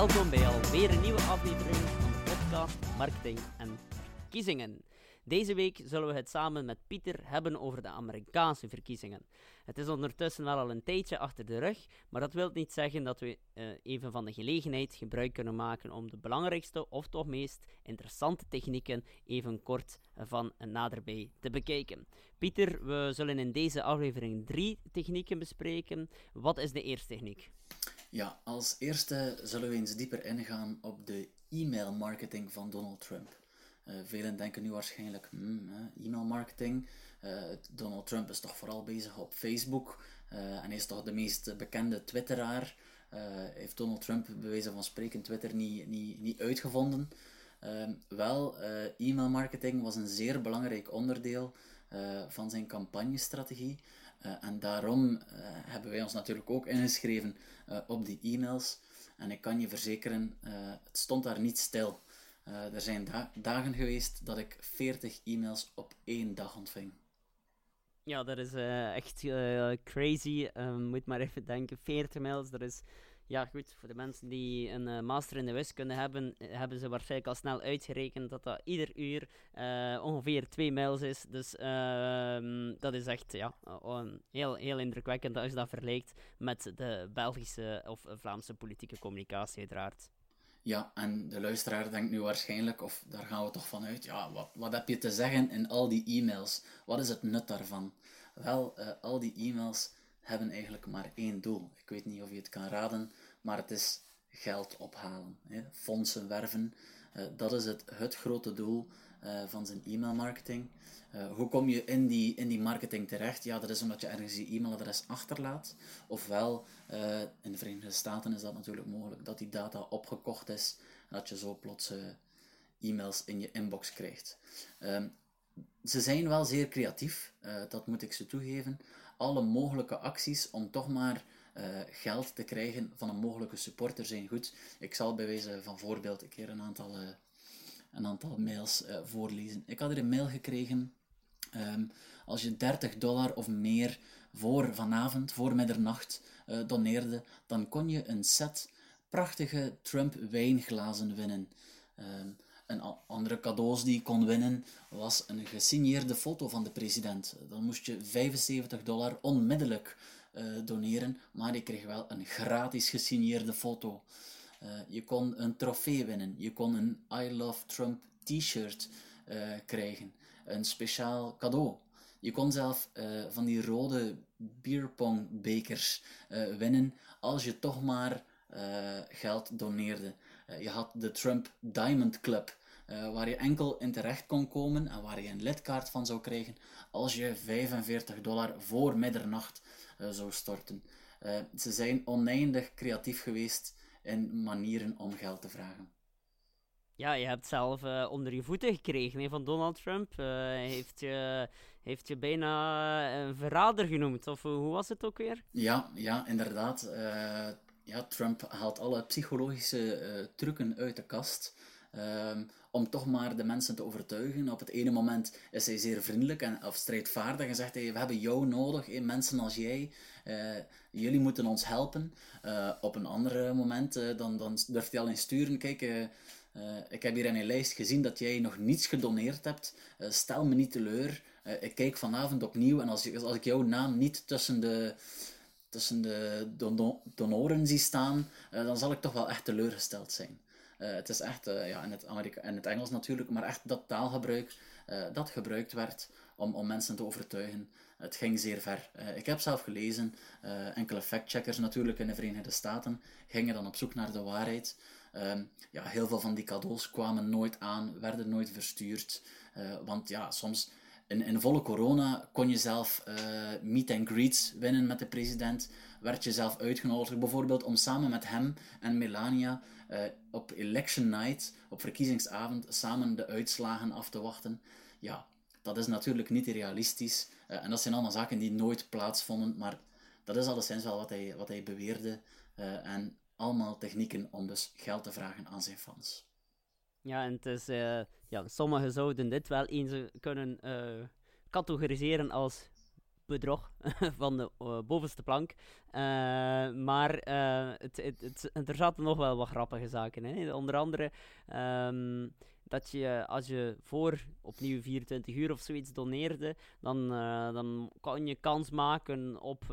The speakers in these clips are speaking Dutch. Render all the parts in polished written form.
welkom bij alweer een nieuwe aflevering van de podcast Marketing en Verkiezingen. Deze week zullen we het samen met Pieter hebben over de Amerikaanse verkiezingen. Het is ondertussen wel al een tijdje achter de rug, maar dat wil niet zeggen dat we even van de gelegenheid gebruik kunnen maken om de belangrijkste of toch meest interessante technieken even kort van naderbij te bekijken. Pieter, we zullen in deze aflevering 3 technieken bespreken. Wat is de eerste techniek? Ja, als eerste zullen we eens dieper ingaan op de e-mailmarketing van Donald Trump. Velen denken nu waarschijnlijk, e-mailmarketing, Donald Trump is toch vooral bezig op Facebook en hij is toch de meest bekende twitteraar. Heeft Donald Trump bij wijze van spreken Twitter niet uitgevonden? E-mailmarketing was een zeer belangrijk onderdeel van zijn campagnestrategie. En daarom hebben wij ons natuurlijk ook ingeschreven op die e-mails. En ik kan je verzekeren, het stond daar niet stil. Er zijn dagen geweest dat ik 40 e-mails op 1 dag ontving. Ja, dat is echt crazy. Moet maar even denken, 40 mails, dat is... Ja, goed, voor de mensen die een master in de wiskunde hebben, hebben ze waarschijnlijk al snel uitgerekend dat dat ieder uur ongeveer 2 mails is. Dus dat is echt heel indrukwekkend als je dat vergelijkt met de Belgische of Vlaamse politieke communicatie uiteraard. Ja, en de luisteraar denkt nu waarschijnlijk, of daar gaan we toch vanuit, ja, wat heb je te zeggen in al die e-mails? Wat is het nut daarvan? Wel, al die e-mails hebben eigenlijk maar één doel. Ik weet niet of je het kan raden, maar het is geld ophalen. Fondsen werven, dat is het grote doel van zijn e-mailmarketing. Hoe kom je in die marketing terecht? Ja, dat is omdat je ergens je e-mailadres achterlaat. Ofwel, in de Verenigde Staten is dat natuurlijk mogelijk, dat die data opgekocht is en dat je zo plots e-mails in je inbox krijgt. Ze zijn wel zeer creatief, dat moet ik ze toegeven. Alle mogelijke acties om toch maar geld te krijgen van een mogelijke supporter zijn goed. Ik zal bij wijze van voorbeeld een keer een aantal mails voorlezen. Ik had er een mail gekregen. Als je $30 of meer voor vanavond, voor middernacht, doneerde, dan kon je een set prachtige Trump wijnglazen winnen. Een andere cadeaus die je kon winnen was een gesigneerde foto van de president. Dan moest je $75 onmiddellijk doneren, maar je kreeg wel een gratis gesigneerde foto. Je kon een trofee winnen. Je kon een I Love Trump t-shirt krijgen. Een speciaal cadeau. Je kon zelf van die rode beerpongbekers winnen als je toch maar geld doneerde. Je had de Trump Diamond Club, waar je enkel in terecht kon komen en waar je een lidkaart van zou krijgen als je $45 voor middernacht zou storten. Ze zijn oneindig creatief geweest in manieren om geld te vragen. Ja, je hebt zelf onder je voeten gekregen van Donald Trump. Heeft je bijna een verrader genoemd, of hoe was het ook weer? Ja, inderdaad. Trump haalt alle psychologische trucken uit de kast om toch maar de mensen te overtuigen. Op het ene moment is hij zeer vriendelijk of strijdvaardig en zegt hij, we hebben jou nodig, mensen als jij, jullie moeten ons helpen. Op een ander moment dan durft hij al eens sturen, kijk, ik heb hier in een lijst gezien dat jij nog niets gedoneerd hebt, stel me niet teleur, ik kijk vanavond opnieuw en als ik jouw naam niet tussen de donoren zie staan, dan zal ik toch wel echt teleurgesteld zijn. Het is echt, in het Engels natuurlijk, maar echt dat taalgebruik dat gebruikt werd om mensen te overtuigen. Het ging zeer ver. Ik heb zelf gelezen, enkele factcheckers natuurlijk in de Verenigde Staten gingen dan op zoek naar de waarheid. Heel veel van die cadeaus kwamen nooit aan, werden nooit verstuurd. Want ja, soms... In volle corona kon je zelf meet and greets winnen met de president. Werd je zelf uitgenodigd, bijvoorbeeld om samen met hem en Melania op election night, op verkiezingsavond, samen de uitslagen af te wachten. Ja, dat is natuurlijk niet realistisch. En dat zijn allemaal zaken die nooit plaatsvonden, maar dat is alleszins wel wat hij beweerde. En allemaal technieken om dus geld te vragen aan zijn fans. Ja, en het is... sommigen zouden dit wel eens kunnen categoriseren als bedrog van de bovenste plank. Maar er zaten nog wel wat grappige zaken in. Hè. Onder andere dat je, als je voor opnieuw 24 uur of zoiets doneerde, dan kon je kans maken op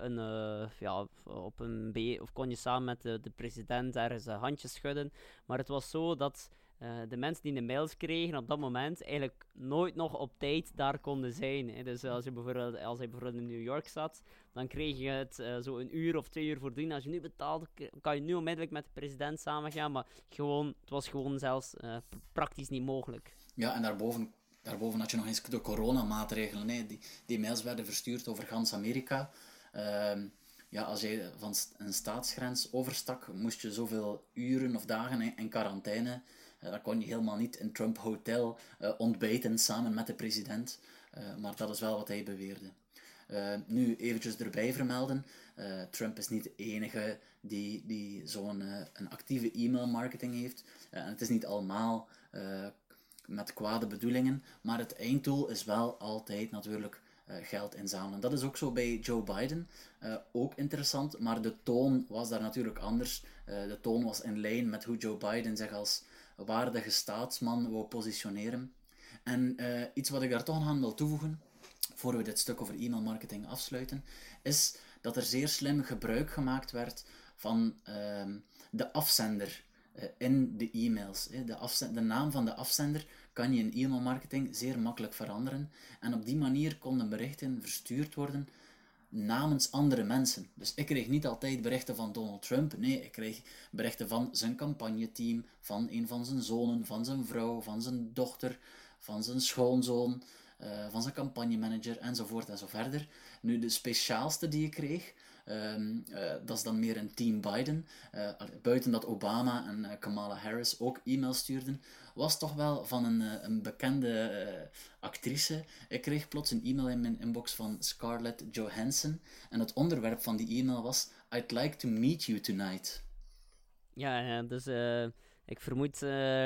of kon je samen met de president ergens handjes schudden. Maar het was zo dat de mensen die de mails kregen op dat moment eigenlijk nooit nog op tijd daar konden zijn. Hè. Dus als hij bijvoorbeeld in New York zat, dan kreeg je het zo 1 uur of 2 uur voordien. Als je nu betaalt, kan je nu onmiddellijk met de president samengaan, maar het was gewoon zelfs praktisch niet mogelijk. Ja, en daarboven had je nog eens de coronamaatregelen. Hè. Die mails werden verstuurd over gans Amerika. Als je van een staatsgrens overstak, moest je zoveel uren of dagen in quarantaine. Dan kon je helemaal niet in Trump Hotel ontbijten samen met de president. Maar dat is wel wat hij beweerde. Nu eventjes erbij vermelden. Trump is niet de enige die zo'n een actieve e-mailmarketing heeft. En het is niet allemaal met kwade bedoelingen. Maar het einddoel is wel altijd natuurlijk geld inzamelen. Dat is ook zo bij Joe Biden. Ook interessant, maar de toon was daar natuurlijk anders. De toon was in lijn met hoe Joe Biden zich als waardige staatsman wou positioneren. En iets wat ik daar toch nog aan wil toevoegen, voor we dit stuk over e-mailmarketing afsluiten, is dat er zeer slim gebruik gemaakt werd van de afzender in de e-mails. De naam van de afzender kan je in e-mailmarketing zeer makkelijk veranderen. En op die manier konden berichten verstuurd worden namens andere mensen. Dus ik kreeg niet altijd berichten van Donald Trump. Nee, ik kreeg berichten van zijn campagneteam, van een van zijn zonen, van zijn vrouw, van zijn dochter, van zijn schoonzoon, van zijn campagnemanager, enzovoort en zo verder. Nu, de speciaalste die ik kreeg, dat is dan meer een team Biden. Buiten dat Obama en Kamala Harris ook e-mails stuurden, was toch wel van een bekende actrice. Ik kreeg plots een e-mail in mijn inbox van Scarlett Johansson. En het onderwerp van die e-mail was: I'd like to meet you tonight. Ja, dus ik vermoed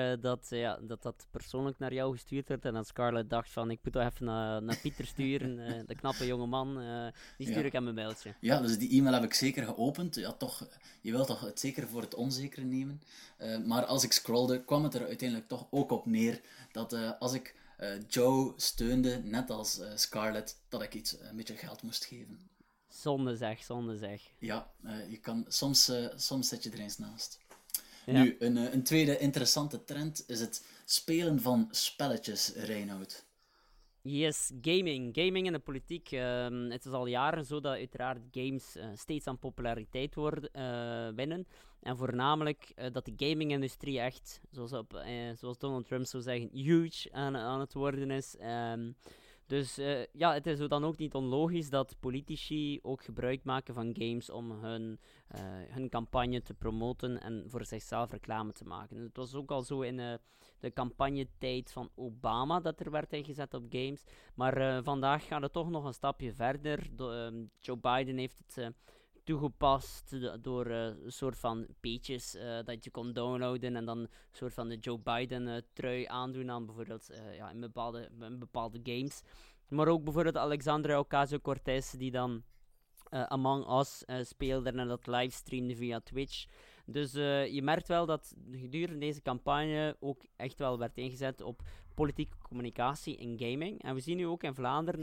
dat persoonlijk naar jou gestuurd werd en dat Scarlett dacht van, ik moet toch even naar Pieter sturen, de knappe jonge man, die stuur ik hem een mailtje. Ja, dus die e-mail heb ik zeker geopend. Ja, toch, je wilt toch het zeker voor het onzekere nemen. Maar als ik scrollde, kwam het er uiteindelijk toch ook op neer dat als ik Joe steunde, net als Scarlett, dat ik een beetje geld moest geven. Zonde zeg. Ja, je kan, soms zet je er eens naast. Ja. Nu, een tweede interessante trend is het spelen van spelletjes, Reinoud. Yes, gaming. Gaming in de politiek. Het is al jaren zo dat uiteraard games steeds aan populariteit winnen. En voornamelijk dat de gaming-industrie echt, zoals Donald Trump zou zeggen, huge aan het worden is. Dus het is dan ook niet onlogisch dat politici ook gebruik maken van games om hun campagne te promoten en voor zichzelf reclame te maken. Het was ook al zo in de campagnetijd van Obama dat er werd ingezet op games. Maar vandaag gaat het toch nog een stapje verder. Joe Biden heeft het toegepast door een soort van pages dat je kon downloaden en dan een soort van de Joe Biden trui aandoen aan bijvoorbeeld in bepaalde games. Maar ook bijvoorbeeld Alexandria Ocasio-Cortez die dan Among Us speelde en dat livestreamde via Twitch. Dus je merkt wel dat gedurende deze campagne ook echt wel werd ingezet op politieke communicatie in gaming. En we zien nu ook in Vlaanderen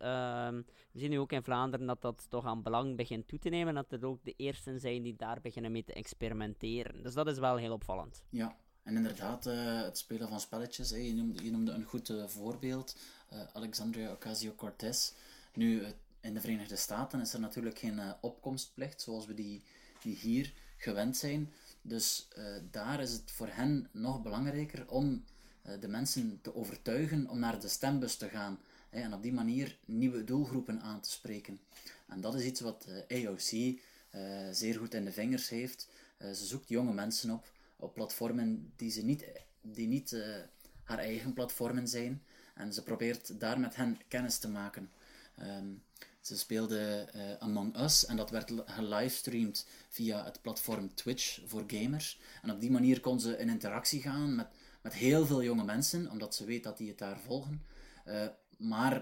dat dat toch aan belang begint toe te nemen. Dat er ook de eersten zijn die daar beginnen mee te experimenteren. Dus dat is wel heel opvallend. Ja, en inderdaad, het spelen van spelletjes. Je noemde een goed voorbeeld. Alexandria Ocasio-Cortez. Nu, in de Verenigde Staten is er natuurlijk geen opkomstplicht zoals we die hier gewend zijn. Dus daar is het voor hen nog belangrijker om de mensen te overtuigen om naar de stembus te gaan. En op die manier nieuwe doelgroepen aan te spreken. En dat is iets wat AOC zeer goed in de vingers heeft. Ze zoekt jonge mensen op platformen die niet haar eigen platformen zijn. En ze probeert daar met hen kennis te maken. Ze speelde Among Us en dat werd gelivestreamd via het platform Twitch voor gamers. En op die manier kon ze in interactie gaan met heel veel jonge mensen, omdat ze weet dat die het daar volgen. Maar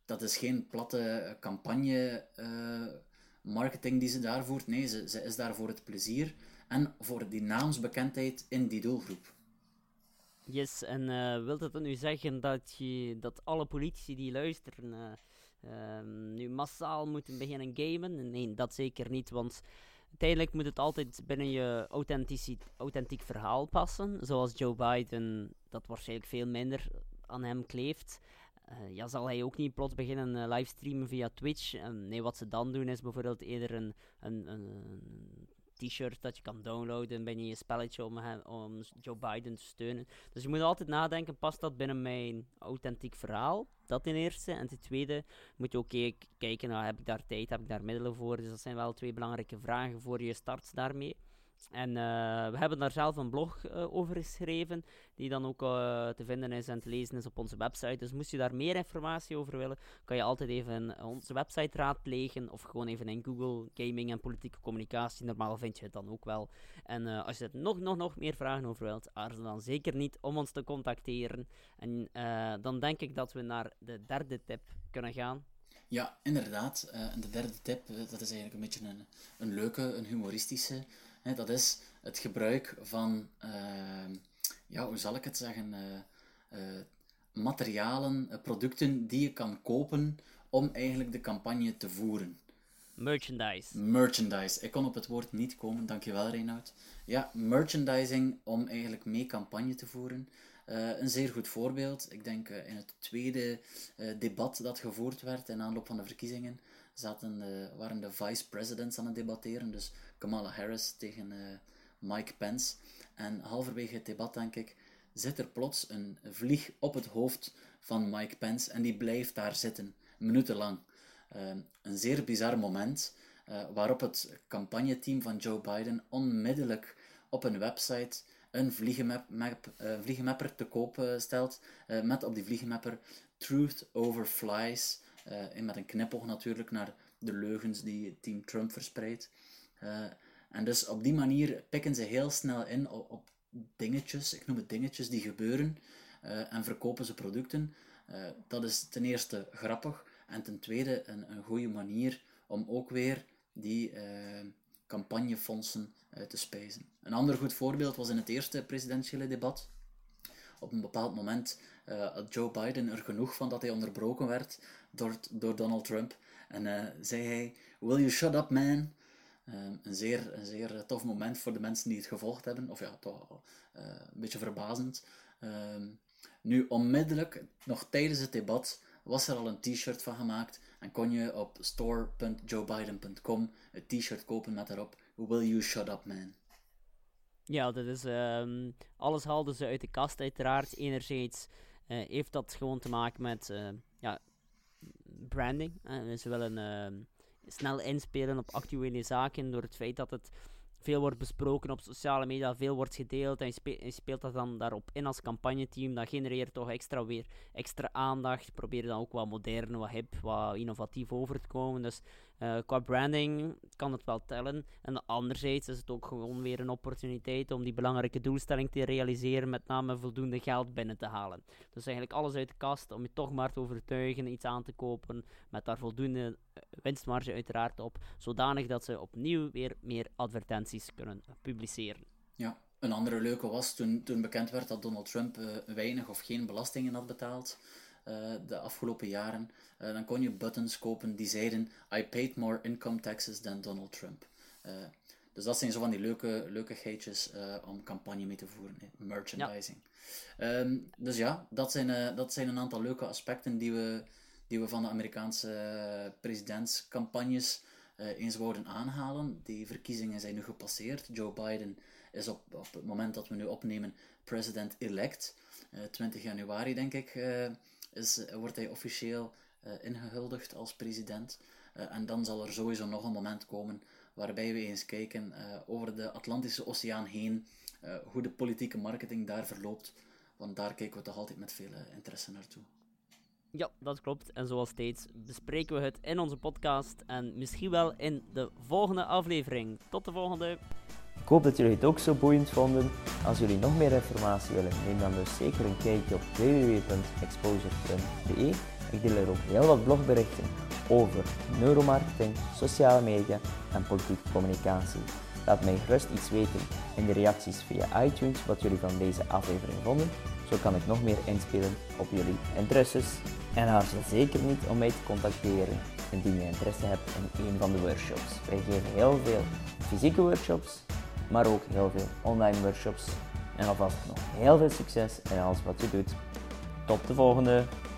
dat is geen platte campagne marketing die ze daar voert. Nee, ze is daar voor het plezier en voor die naamsbekendheid in die doelgroep. Yes, en wil dat dan nu zeggen dat alle politici die luisteren nu massaal moeten beginnen gamen? Nee, dat zeker niet, want uiteindelijk moet het altijd binnen je authentiek verhaal passen. Zoals Joe Biden, dat waarschijnlijk veel minder aan hem kleeft. Zal hij ook niet plots beginnen livestreamen via Twitch? Nee, wat ze dan doen is bijvoorbeeld eerder een t-shirt dat je kan downloaden binnen je spelletje om Joe Biden te steunen. Dus je moet altijd nadenken, past dat binnen mijn authentiek verhaal? Dat ten eerste. En ten tweede moet je ook kijken, heb ik daar tijd, heb ik daar middelen voor? Dus dat zijn wel 2 belangrijke vragen voor je start daarmee. En we hebben daar zelf een blog over geschreven, die dan ook te vinden is en te lezen is op onze website. Dus moest je daar meer informatie over willen, kan je altijd even onze website raadplegen, of gewoon even in Google gaming en politieke communicatie. Normaal vind je het dan ook wel. En als je er nog meer vragen over wilt, aarzel dan zeker niet om ons te contacteren. En dan denk ik dat we naar de derde tip kunnen gaan. Ja, inderdaad. En de derde tip, dat is eigenlijk een beetje een leuke, een humoristische. Dat is het gebruik van, hoe zal ik het zeggen, materialen, producten die je kan kopen om eigenlijk de campagne te voeren. Merchandise. Ik kon op het woord niet komen, dankjewel Reinoud. Ja, merchandising om eigenlijk mee campagne te voeren. Een zeer goed voorbeeld. Ik denk in het tweede debat dat gevoerd werd in aanloop van de verkiezingen waren de vice-presidents aan het debatteren. Dus Kamala Harris tegen Mike Pence. En halverwege het debat, denk ik, zit er plots een vlieg op het hoofd van Mike Pence en die blijft daar zitten, minutenlang. Een zeer bizar moment waarop het campagneteam van Joe Biden onmiddellijk op een website een vliegenmapper te koop stelt, met op die vliegenmapper Truth Over Flies, met een knipoog natuurlijk naar de leugens die Team Trump verspreidt. En dus op die manier pikken ze heel snel in op dingetjes, ik noem het dingetjes die gebeuren, en verkopen ze producten. Dat is ten eerste grappig, en ten tweede een goede manier om ook weer die campagnefondsen te spijzen. Een ander goed voorbeeld was in het eerste presidentiële debat. Op een bepaald moment had Joe Biden er genoeg van dat hij onderbroken werd door Donald Trump. En zei hij, "Will you shut up, man?" Een zeer tof moment voor de mensen die het gevolgd hebben. Of ja, toch een beetje verbazend. Nu, onmiddellijk, nog tijdens het debat, was er al een t-shirt van gemaakt. En kon je op store.joebiden.com een t-shirt kopen met daarop, "Will you shut up, man?" Ja, dat is... alles haalden ze uit de kast, uiteraard. Enerzijds heeft dat gewoon te maken met branding. Ze willen snel inspelen op actuele zaken door het feit dat het veel wordt besproken op sociale media, veel wordt gedeeld en je speelt dat dan daarop in als campagneteam. Dat genereert toch extra aandacht. Probeer dan ook wat modern, wat hip, wat innovatief over te komen. Dus qua branding kan het wel tellen. En anderzijds is het ook gewoon weer een opportuniteit om die belangrijke doelstelling te realiseren, met name voldoende geld binnen te halen. Dus eigenlijk alles uit de kast om je toch maar te overtuigen, iets aan te kopen, met daar voldoende winstmarge uiteraard op, zodanig dat ze opnieuw weer meer advertenties kunnen publiceren. Ja, een andere leuke was toen bekend werd dat Donald Trump weinig of geen belastingen had betaald de afgelopen jaren. Dan kon je buttons kopen die zeiden "I paid more income taxes than Donald Trump." Dus dat zijn zo van die leuke geitjes om campagne mee te voeren, merchandising. Ja. Dus ja, dat zijn een aantal leuke aspecten die we van de Amerikaanse presidentscampagnes eens wouden aanhalen. Die verkiezingen zijn nu gepasseerd. Joe Biden is op het moment dat we nu opnemen president-elect. 20 januari, denk ik, wordt hij officieel ingehuldigd als president. En dan zal er sowieso nog een moment komen waarbij we eens kijken over de Atlantische Oceaan heen, hoe de politieke marketing daar verloopt. Want daar kijken we toch altijd met veel interesse naartoe. Ja, dat klopt. En zoals steeds bespreken we het in onze podcast en misschien wel in de volgende aflevering. Tot de volgende! Ik hoop dat jullie het ook zo boeiend vonden. Als jullie nog meer informatie willen, neem dan dus zeker een kijkje op www.exposure.be. Ik deel er ook heel wat blogberichten over neuromarketing, sociale media en politieke communicatie. Laat mij gerust iets weten in de reacties via iTunes wat jullie van deze aflevering vonden. Zo kan ik nog meer inspelen op jullie interesses. En aarzel zeker niet om mij te contacteren indien je interesse hebt in een van de workshops. Wij geven heel veel fysieke workshops, maar ook heel veel online workshops. En alvast nog heel veel succes in alles wat je doet. Tot de volgende!